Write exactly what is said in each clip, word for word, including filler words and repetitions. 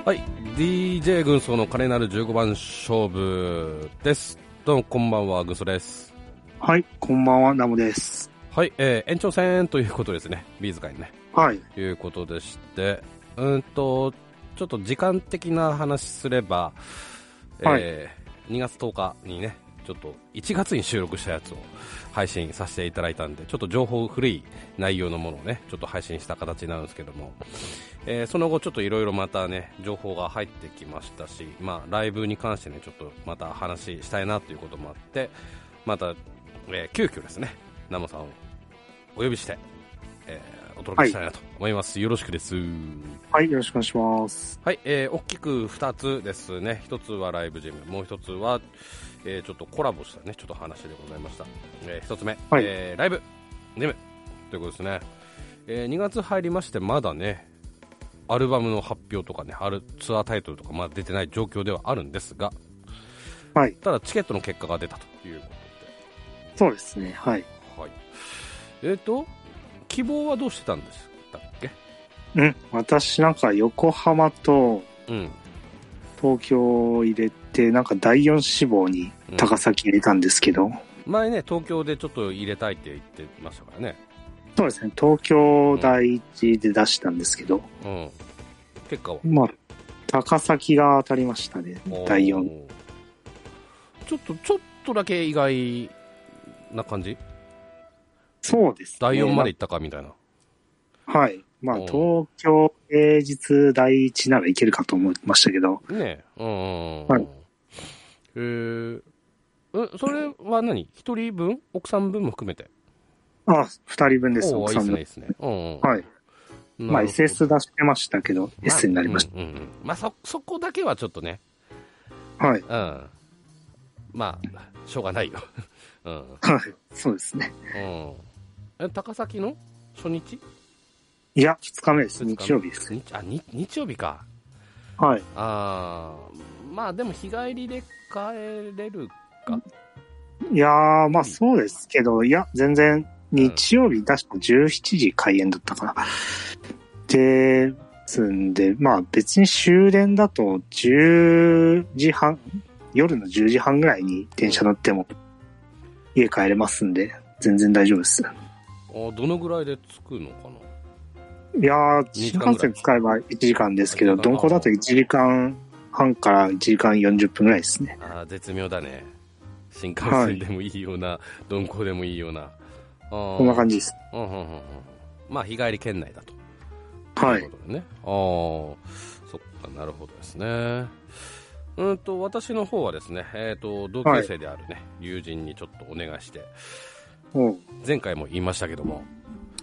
はい、ディージェー 軍曹の華麗なるじゅうごばん勝負です。どうもこんばんは、軍曹です。 はい、こんばんは、ナムです。 はい、えー、延長戦ということですね、ビーズ会にね。 はい。 ということでして、うんと、ちょっと時間的な話すれば、 はい、 えー、にがつとおかにね、ちょっといちがつに収録したやつを配信させていただいたんで、ちょっと情報古い内容のものをね、ちょっと配信した形になるんですけども、えー、その後ちょっといろいろまたね情報が入ってきましたし、まあ、ライブに関してねちょっとまた話したいなということもあって、また、えー、急遽ですねナモさんをお呼びして、えー、お届けしたいなと思います、はい、よろしくです。 はい、よろしくお願いします。 はい、えー、大きくふたつですね。ひとつはライブジム、もうひとつは、えー、ちょっとコラボしたねちょっと話でございました。えー、ひとつめ、はい、えー、ライブジムということですね。えー、にがつ入りましてまだねアルバムの発表とかね、あるツアータイトルとかまだ出てない状況ではあるんですが、 はい、 ただチケットの結果が出たということで。 そうですね、はい。 はい、えーと、希望はどうしてたんですだっけ？ うん、私なんか横浜と東京を入れて、なんかだいよん志望に高崎入れたんですけど、うん、 前ね、東京でちょっと入れたいって言ってましたからね。 そうですね、東京第一で出したんですけど、 うんうん、結果はまあ、高崎が当たりましたね、だいよん。 ちょっと、ちょっとだけ意外な感じ？ そうですね。 だいよんまで行ったかみたいな。 はい。まあ、東京平日第一ならいけるかと思いましたけど。 ねえ。うん。 はい。 えー、え、それは何？一人分？奥さん分も含めて？ あ、二人分です、奥さん分。 いいですね、いいですね。うんうん、 はい。まあ エスエス 出してましたけど、まあ、S になりました。 うんうんうん、まあそ、そこだけはちょっとね。 はい。 うん。まあ、しょうがないよ。うん。 はい。そうですね。 うん。え、高崎の初日？ いや、二日目です。日曜日です。 日、あ、に、日曜日か。 はい。 あー、まあでも日帰りで帰れるか？ いやー、まあそうですけど、いや、全然、日曜日、確かじゅうしちじ開演だったかな。ですんで、まあ別に終電だとじゅうじはん、夜のじゅうじはんぐらいに電車乗っても家帰れますんで、全然大丈夫です。 あ、どのぐらいで着くのかな？ いやー、新幹線使えばいちじかんですけど、鈍行だといちじかんはんからいちじかんよんじゅっぷんぐらいですね。 ああ、絶妙だね。新幹線でもいいような、はい、鈍行でもいいような。 こんな感じです。 うんうんうんうん、まあ日帰り圏内だと。 はい。 ということでね。ああ、そっか、なるほどですね。うんと、私の方はですね、えっと、同級生であるね、はい、友人にちょっとお願いして、前回も言いましたけども、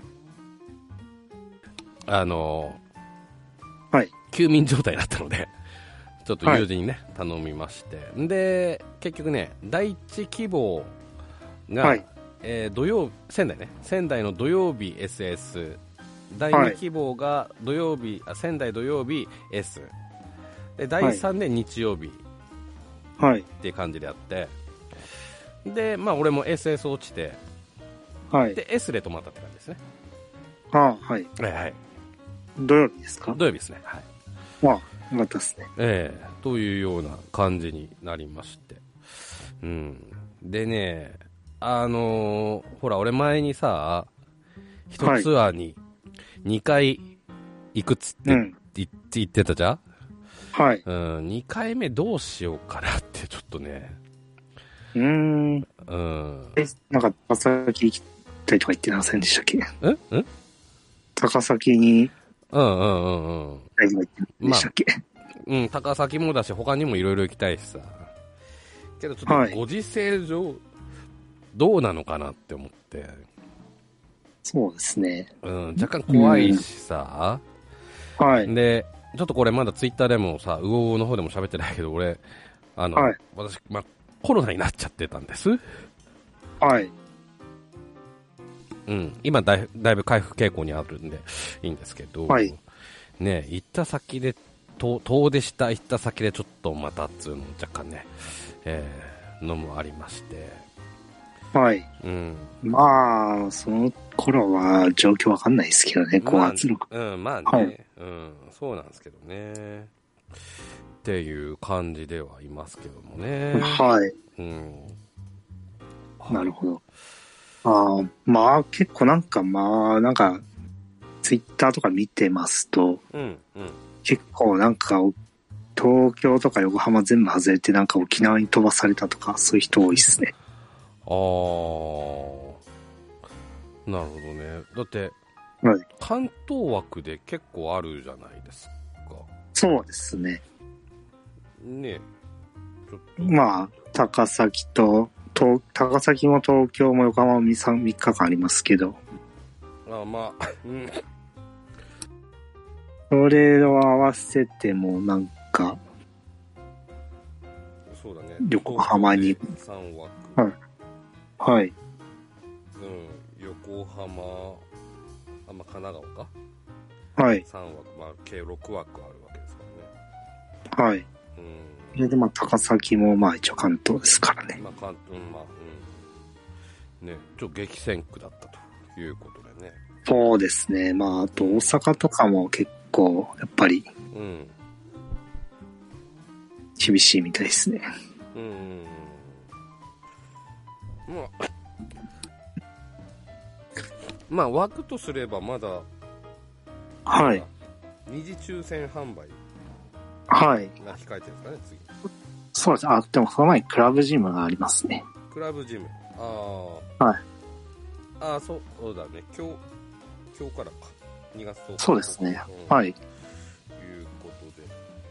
あの、 はい。 休眠状態だったので、ちょっと友人にね、はい、頼みまして。で、結局ね、第一希望が、はい、えー、土曜、仙台ね、仙台の土曜日 エスエス、だいに希望が土曜日、はい、仙台土曜日 S、でだいさんで日曜日、はい、っていう感じであって、で、まあ俺も エスエス 落ちて、はい、で S で泊まったって感じですね。 ああ、はい。 はいはい。 土曜日ですか？ 土曜日ですね。はい。 まあ、よかったですね。 ええー、というような感じになりまして。うん。でね、あのー、ほら、俺前にさ、一ツアーににかい行くっつって、うん、言ってたじゃん？ はい。 うん、にかいめどうしようかなってちょっとね。 うーん。 うん。 え、なんか高崎行きたいとか言ってませんでしたっけ？ え？ん？ 高崎に。 うんうんうんうん。 行きたいでしたっけ？ まあ、うん、高崎もだし、他にもいろいろ行きたいしさ。けどちょっとご時世上、はい、どうなのかなって思って。 そうですね。 うん、若干怖いしさ。 うん、はい。 で、ちょっとこれまだツイッターでもさ、ウオウオの方でも喋ってないけど、俺、あの、はい、私、ま、コロナになっちゃってたんです。 はい。 うん、今だい、だいぶ回復傾向にあるんで、いいんですけど、 はい。 ね、行った先で、遠出した行った先でちょっとまたっつうの若干ね、えー、のもありまして。 はい。 うん。 まあ、その頃は状況わかんないですけどね、高圧力。 まあ、うん、まあね、はい、うん、そうなんですけどね。 っていう感じではいますけどもね。 はい。 うん。 なるほど。ああ、まあ結構なんかまあなんかツイッターとか見てますと、 うんうん、 結構なんか東京とか横浜全部外れてなんか沖縄に飛ばされたとかそういう人多いっすね。 ああ、なるほどね。だって、 はい、 関東枠で結構あるじゃないですか。 そうですね。 ねちょっとまあ高崎と東高崎も東京も横浜も 3, 3日間ありますけど。 ああ、まあ、うん。 それを合わせてもなんか、 そうだね。 横浜に。 さんわく。はい。はい。 うん。横浜、あ、まあ、神奈川か。 はい。 さんわく、まあ、計ろくわくあるわけですからね。 はい。うん。それでまあ、高崎もまあ一応関東ですからね。 まあ、関東、うん、まあ、うん。ね、ちょっと激戦区だったということでね。 そうですね。まあ、あと大阪とかも結構、やっぱり、 うん。 厳しいみたいですね。 うん。まあ、まあ、枠とすればまだ、 はい。 二次抽選販売はい。 が控えてるんですかね、次。 そうです。あ、でもその前にクラブジムがありますね。 クラブジム。ああ。はい。 ああ、そう、そうだね。今日、今日からか。にがつとおか。 そうですね。 うん、 はい。 いうことで。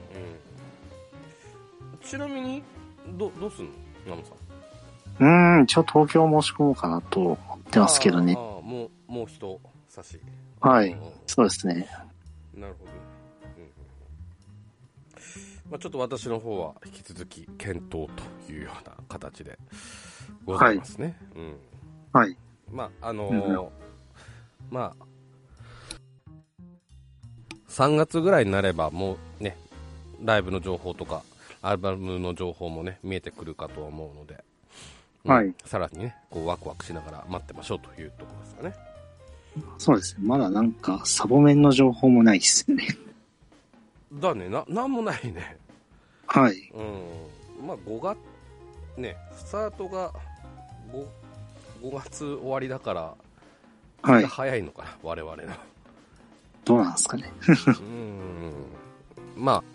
うん。ちなみに、ど、どうすんのナムさん。うーん、一応東京申し込もうかなと思ってますけどね。 ああ、もう、もう一差し。 はい。そうですね。 なるほど。うん。まあ、ちょっと私の方は引き続き検討というような形でございますね。はい。うん。 はい。 まあ、あのーうん、まあ、さんがつぐらいになればもうね、ライブの情報とか、アルバムの情報もね、見えてくるかと思うので、うん、はい。さらにね、こうワクワクしながら待ってましょうというところですよね。 そうですね。まだなんか、サボメンの情報もないっすよね。 だね、な、なんもないね。 はい。 うん。まあ、ごがつ、ね、スタートがごがつ終わりだから、はい。早いのかな、我々の。 どうなんですかね。 うん。まあ、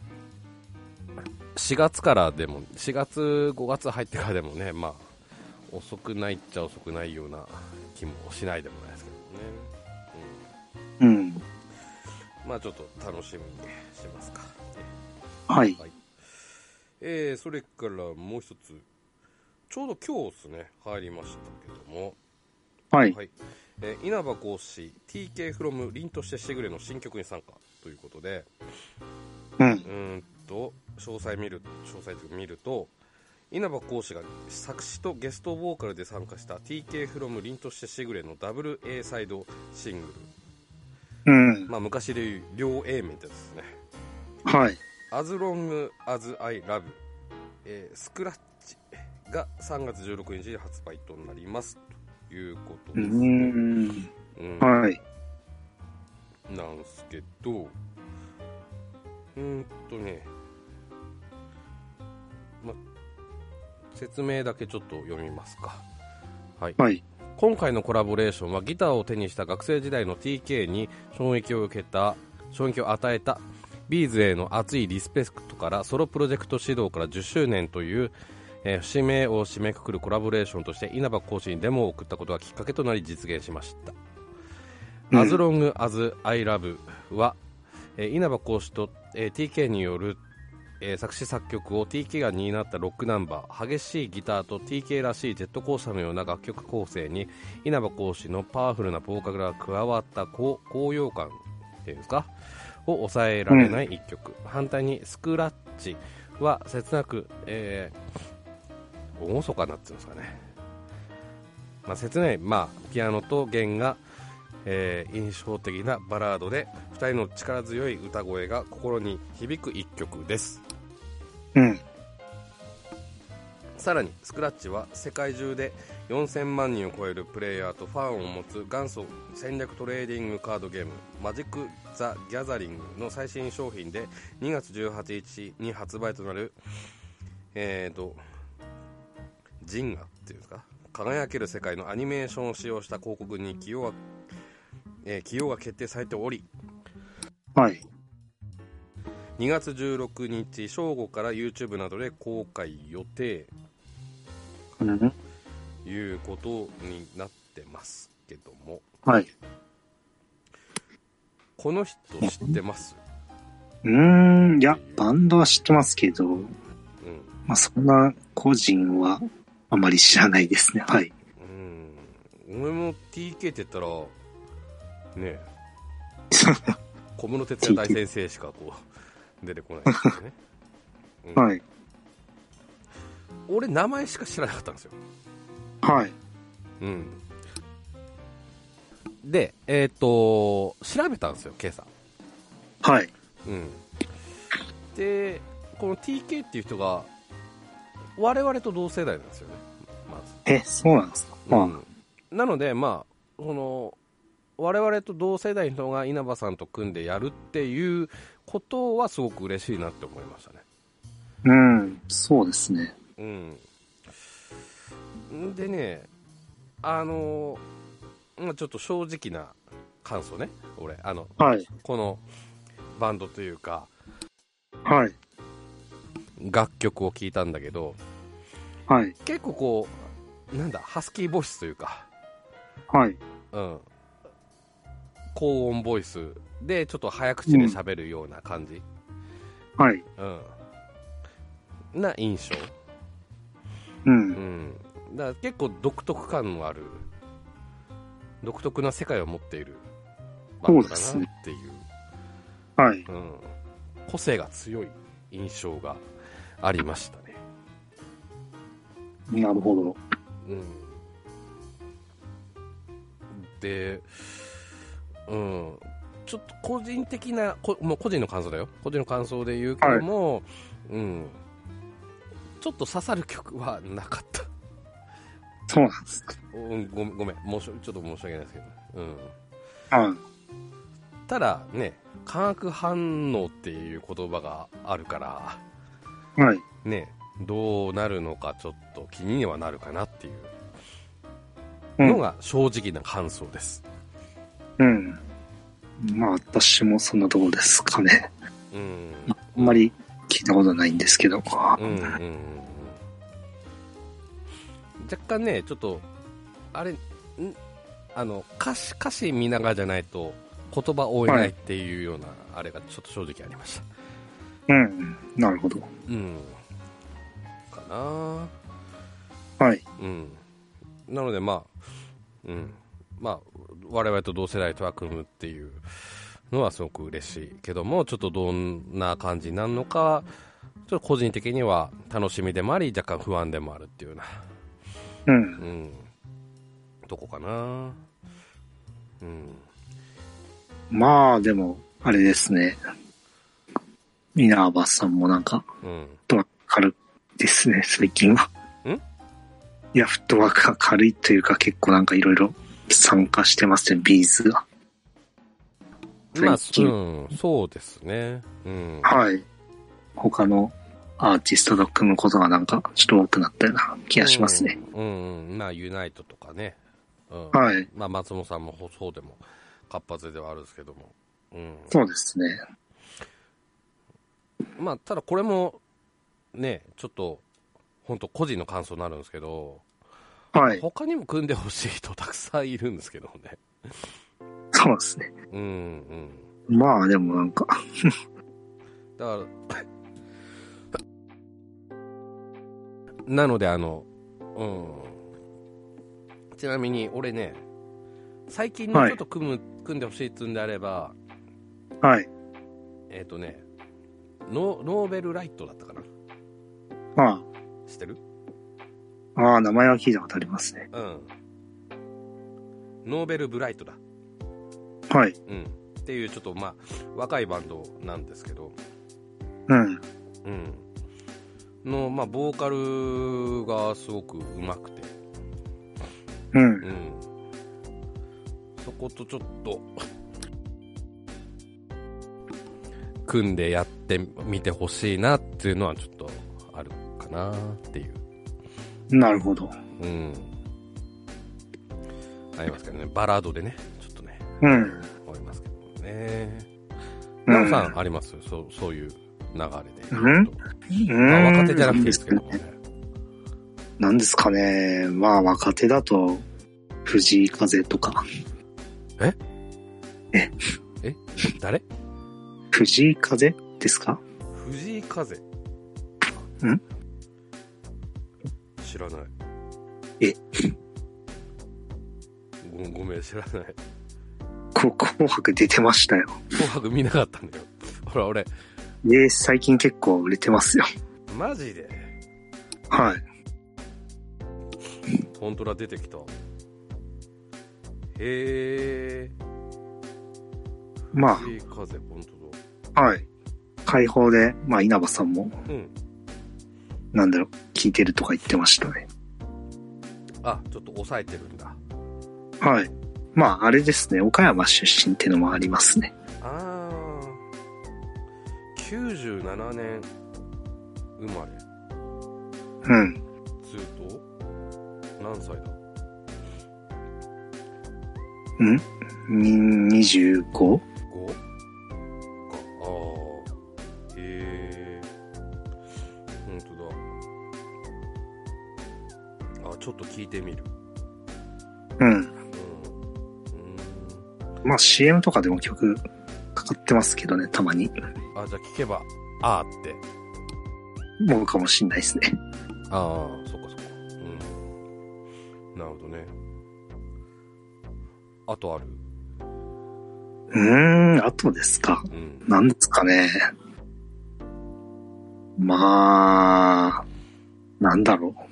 しがつからでも、しがつ、ごがつ入ってからでもね、まあ、遅くないっちゃ遅くないような気もしないでもないですけどね。うん。うん、まあ、ちょっと楽しみにしますか。 はい。はい、 えー、それからもう一つ、ちょうど今日ですね、入りましたけども、 はい。はい、 えー、稲葉講師 ティーケー from 凛としてしてくれの新曲に参加ということで、うん、うんと詳細見る詳細と見ると、稲葉講師が作詞とゲストボーカルで参加した ティーケー from 凛としてしてくれのダブル A サイドシングル、うん、まあ昔でいう両 A 面ってやつですね。 はい。 As Long as I Love、えー、スクラッチがさんがつじゅうろくにちに発売となりますということですね。うーん、うん、はい。なんすけど、うーんとね、ま、説明だけちょっと読みますか。はい。はい、今回のコラボレーションはギターを手にした学生時代の ティーケー に衝撃を受けた、衝撃を与えたビーズへの熱いリスペクトからソロプロジェクト始動からじゅっしゅうねんという、えー、節目を締めくくるコラボレーションとして稲葉講師にデモを送ったことがきっかけとなり実現しました。うん、As Long as I Love は、えー、稲葉講師と、えー、ティーケー による、えー、作詞作曲を ティーケー が担ったロックナンバー、激しいギターと ティーケー らしいジェットコースターのような楽曲構成に稲葉講師のパワフルなボーカルが加わった高揚感っていうんですかを抑えられない一曲、うん、反対にスクラッチは切なく、えー、厳かなっていうんですかね、まあ、切ない、まあ、ピアノと弦が、えー、印象的なバラードでふたりの力強い歌声が心に響く一曲です、うん、さらにスクラッチは世界中でよんせんまんにんを超えるプレイヤーとファンを持つ元祖戦略トレーディングカードゲームマジック・ザ・ギャザリングの最新商品でにがつじゅうはちにちに発売となるえーとジンガっていうんですか、輝ける世界のアニメーションを使用した広告に起用が、えー、起用が決定されており、 はい、 にがつじゅうろくにち正午から YouTube などで公開予定ということになってますけども、 はい、 この人知ってます？ うーん、いやバンドは知ってますけど、うん、まあそんな個人はあまり知らないですね。はい。 うん、俺も ティーケー って言ったらねえ小室哲哉大先生しかこう出てこないですよね、うん、 はい。 俺名前しか知らなかったんですよ。 はい。 うん。で、えっと調べたんですよ今朝。 はい。 うん。でこの ティーケー っていう人が我々と同世代なんですよね、まず。 え、そうなんですか。うん、 なのでまあその我々と同世代の人が稲葉さんと組んでやるっていうことはすごく嬉しいなって思いましたね。 うん、そうですね。 うん。でね、あのまあちょっと正直な感想ね、俺あの、 はい、 このバンドというか、 はい、 楽曲を聴いたんだけど、 はい、 結構こうなんだハスキーボイスというか、 はい、 うん、高音ボイスでちょっと早口で喋るような感じ、 うん、はい、 うん、な印象、 うん、 うん、だから結構独特感のある独特な世界を持っているバンドだなっていう、 はい、 うん、個性が強い印象がありましたね。 なるほど。 うん、で、うん、ちょっと個人的なこもう個人の感想だよ、個人の感想で言うけども、はい、うん、ちょっと刺さる曲はなかった。 そうなんですか。 うん、ごめんごめん申しちょっと申し訳ないですけど、うん、 はい、 ただね化学反応っていう言葉があるから、 はい、 ね、どうなるのかちょっと気にはなるかなっていうのが正直な感想です。 うん、まあ私もそんなところですかね。 うん、 あんまり聞いたことないんですけど、 うんうんうん、若干ねちょっとあれんあの歌詞歌詞見ながらじゃないと言葉追えないっていうような、はい、あれがちょっと正直ありました。 うん、なるほど。 うん、かな。 はい。 うん。なのでまあ、うん、まあ我々と同世代とは組むっていうのはすごく嬉しいけども、ちょっとどんな感じになるのか、ちょっと個人的には楽しみでもあり若干不安でもあるっていうような、 うん、うん、 とこかな。うん。 まあでもあれですね。稲葉さんもなんか、 うん、 フットワーク軽いですね最近は。 ん？ いやフットワークが軽いというか結構なんかいろいろ参加してますねビーズが。 まあ、うん、そうですね。うん。 はい。他のアーティストと組むことがなんかちょっと多くなったような気がしますね。 うん、うん、まあユナイトとかね。うん、 はい。 まあ松本さんもそうでも活発ではあるんですけども。うん。 そうですね。 まあただこれもねちょっと本当個人の感想になるんですけど、 はい。他にも組んでほしい人たくさんいるんですけどね。 そうですね。 うんうん。まあでもなんかだからなのであの、うん。ちなみに俺ね最近にちょっと組む、はい、組んでほしいっつうんであれば、 はい。 えっ、ー、とねノノーベルライトだったかな。 ああ。 知ってる？ ああ、名前は聞いたことありますね。 うん。ノーベルブライトだ。 はい。 うん。っていうちょっとまあ若いバンドなんですけど。 うん。 うん。のまあボーカルがすごく上手くて。 うん。 うん。そことちょっと、組んでやってみてほしいなっていうのはちょっとあるかなっていう。 なるほど。 うん。ありますけどね、バラードでね、ちょっとね、 うん。 思いますけどね。ナオさんあります？そう、そういう流れで。 うんまあ、若手じゃなくていいですけどもね。 なんですかね。まあ若手だと、藤井風とか。 えええ誰？ 藤井風ですか？ 藤井風。ん？知らない。 えご、ごめん、知らない。 こ紅白出てましたよ。 紅白見なかったんだよ。ほら、俺。 で、最近結構売れてますよ。 マジで？ はい。 本当だ、出てきた。へー。 まあ。 藤井風、本当だ。はい。開放で、まあ稲葉さんも、うん。なんだろう、聞いてるとか言ってましたね。 あ、ちょっと抑えてるんだ。 はい。まあ、あれですね、岡山出身っていうのもありますね。 あー。きゅうじゅうななねん生まれ。 うん。 ずっと何歳だ？ ん？にじゅうご？ ご？ か。あー。へー。ほんとだ。あ、ちょっと聞いてみる。 うん。うん。まあ シーエム とかでも曲かかってますけどね、たまに。 あ、じゃあ聞けば、あーって。 思うかもしんないですね。 ああ、そっかそっか。うん。なるほどね。あとある？ うーん、あとですか。うん、なんですかね。まあ、なんだろ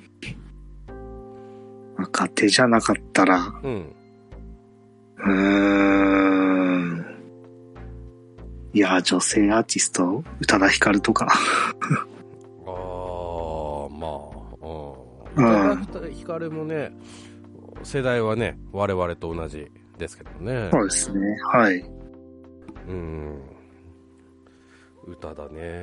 う。若手じゃなかったら、うん。うーん。いや、女性アーティスト、宇多田ヒカルとか。ああ、まあ、うん。宇多田ヒカルもね、世代はね、我々と同じですけどね。 そうですね、はい。 うん。歌だね。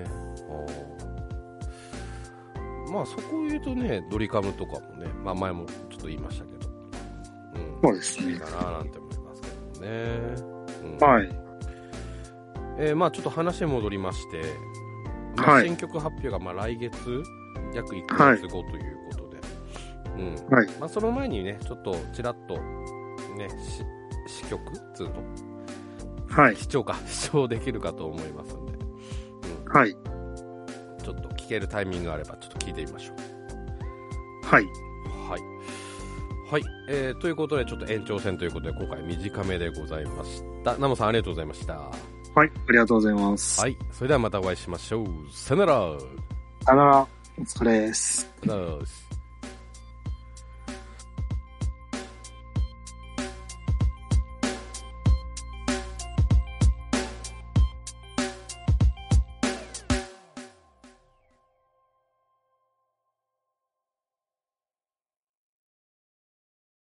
まあそこを言うとね、ドリカムとかもね、まあ前もちょっと言いましたけど、 うん、そうですね。 いいかななんて思いますけどね。うん、 はい。 えー、まあちょっと話戻りまして、まあ、新曲発表がまあ来月、約いっかげつごということで、はい、うん。はい。まあその前にね、ちょっとちらっとね、し詩曲つうの。 はい。 視聴か、視聴できるかと思いますんで。 うん、はい。 ちょっと聞けるタイミングがあれば、ちょっと聞いてみましょう。 はい。 はい。はい。えー、ということで、ちょっと延長戦ということで、今回短めでございました。ナモさん、ありがとうございました。 はい。ありがとうございます。 はい。それではまたお会いしましょう。さよなら。 さよなら。お疲れです。 さよなら。